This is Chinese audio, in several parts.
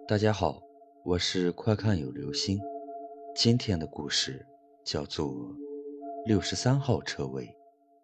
大家好，我是快看有流星。今天的故事叫做63号车位。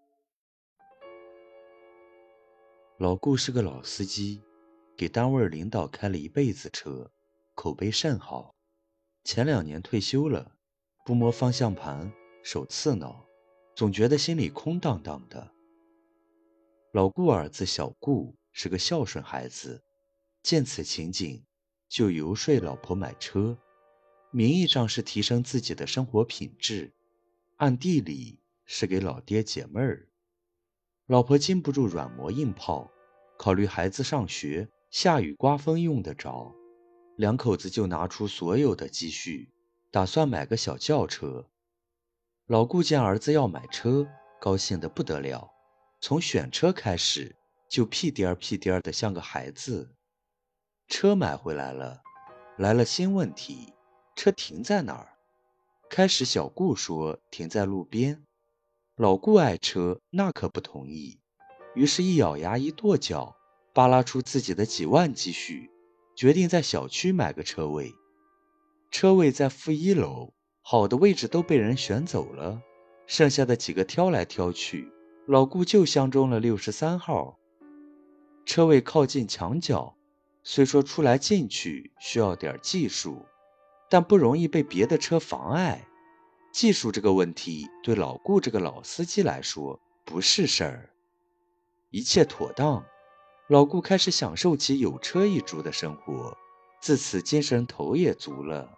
老顾是个老司机，给单位领导开了一辈子车，口碑甚好。前2年退休了，不摸方向盘，手刺挠，总觉得心里空荡荡的。老顾儿子小顾是个孝顺孩子，见此情景，就游说老婆买车，名义上是提升自己的生活品质，暗地里是给老爹解闷儿。老婆禁不住软磨硬泡，考虑孩子上学，下雨刮风用得着，两口子就拿出所有的积蓄，打算买个小轿车。老顾见儿子要买车，高兴得不得了，从选车开始就屁颠儿屁颠儿的像个孩子。车买回来了，来了新问题，车停在哪儿？开始小顾说停在路边，老顾爱车，那可不同意，于是一咬牙一跺脚，扒拉出自己的几万积蓄，决定在小区买个车位。车位在负1楼，好的位置都被人选走了，剩下的几个挑来挑去，老顾就相中了63号。车位靠近墙角，虽说出来进去需要点技术，但不容易被别的车妨碍。技术这个问题对老顾这个老司机来说不是事儿。一切妥当，老顾开始享受起有车一族的生活，自此精神头也足了。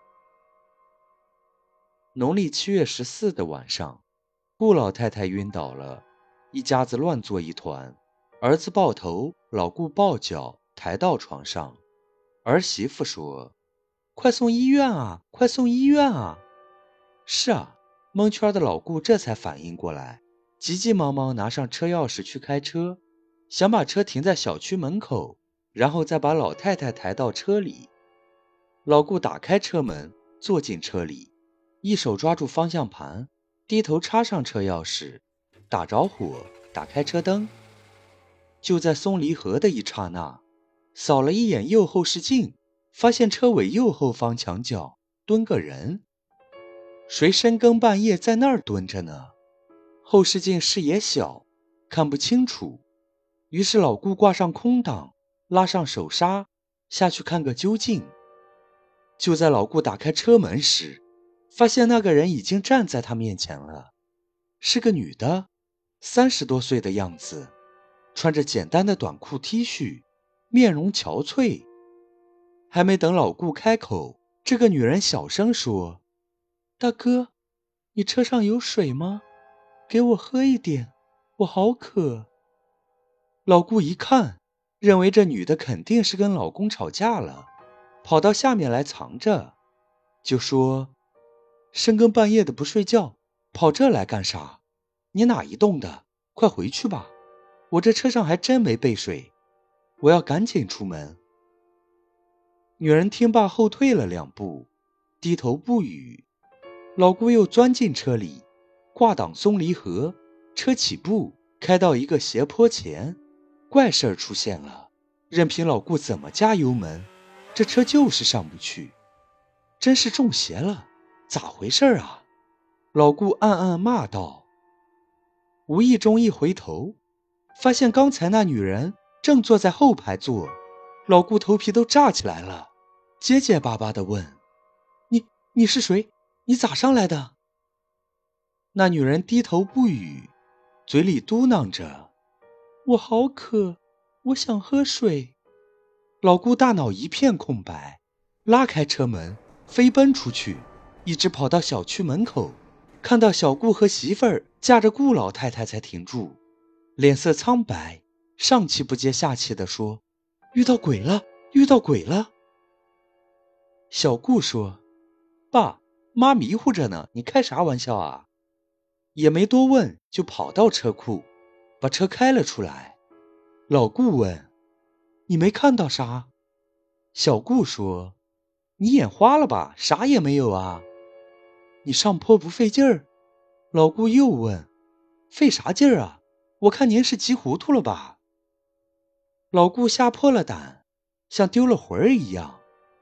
农历7月14的晚上，顾老太太晕倒了，一家子乱作一团，儿子抱头，老顾抱脚，抬到床上。儿媳妇说：快送医院啊，快送医院啊！是啊，蒙圈的老顾这才反应过来，急急忙忙拿上车钥匙去开车，想把车停在小区门口，然后再把老太太抬到车里。老顾打开车门，坐进车里，一手抓住方向盘，低头插上车钥匙，打着火，打开车灯。就在松离合的一刹那，扫了一眼右后视镜，发现车尾右后方墙角蹲个人。谁深更半夜在那儿蹲着呢？后视镜视野小，看不清楚，于是老顾挂上空挡，拉上手刹，下去看个究竟。就在老顾打开车门时，发现那个人已经站在他面前了，是个女的，30多岁的样子，穿着简单的短裤 T 恤，面容憔悴。还没等老顾开口，这个女人小声说：大哥，你车上有水吗？给我喝一点，我好渴。老顾一看，认为这女的肯定是跟老公吵架了，跑到下面来藏着，就说：深更半夜的不睡觉，跑这来干啥？你哪一栋的？快回去吧，我这车上还真没备水，我要赶紧出门。女人听罢后退了2步，低头不语。老顾又钻进车里，挂档松离合，车起步，开到一个斜坡前，怪事儿出现了，任凭老顾怎么加油门，这车就是上不去。真是中邪了，咋回事啊？老顾暗暗骂道。无意中一回头，发现刚才那女人正坐在后排座，老顾头皮都炸起来了，结结巴巴地问：你是谁？你咋上来的？那女人低头不语，嘴里嘟囔着：我好渴，我想喝水。老顾大脑一片空白，拉开车门飞奔出去，一直跑到小区门口，看到小顾和媳妇儿架着顾老太太才停住，脸色苍白，上气不接下气地说：遇到鬼了，遇到鬼了。小顾说：爸妈迷糊着呢，你开啥玩笑啊？也没多问，就跑到车库，把车开了出来。老顾问：你没看到啥？小顾说：你眼花了吧，啥也没有啊。你上坡不费劲儿？老顾又问：费啥劲儿啊？我看您是急糊涂了吧。老顾吓破了胆，像丢了魂儿一样，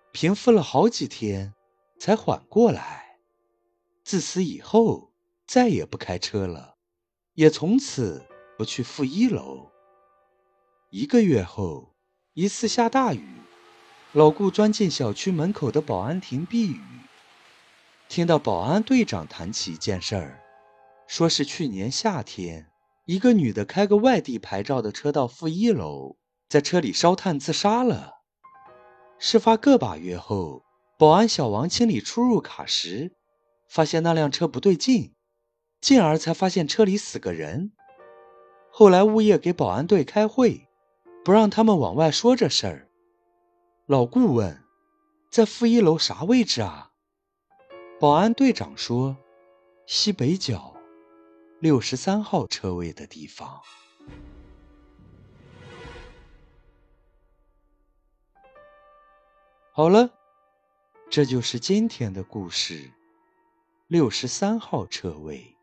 平复了好几天，才缓过来。自此以后，再也不开车了，也从此不去负一楼。1个月后，一次下大雨，老顾钻进小区门口的保安亭避雨，听到保安队长谈起一件事儿，说是去年夏天，一个女的开个外地牌照的车到负一楼，在车里烧炭自杀了。事发个把月后，保安小王清理出入卡时，发现那辆车不对劲，进而才发现车里死个人。后来物业给保安队开会，不让他们往外说这事儿。老顾问：在负一楼啥位置啊？保安队长说：西北角63号车位的地方。好了，这就是今天的故事，63号车位。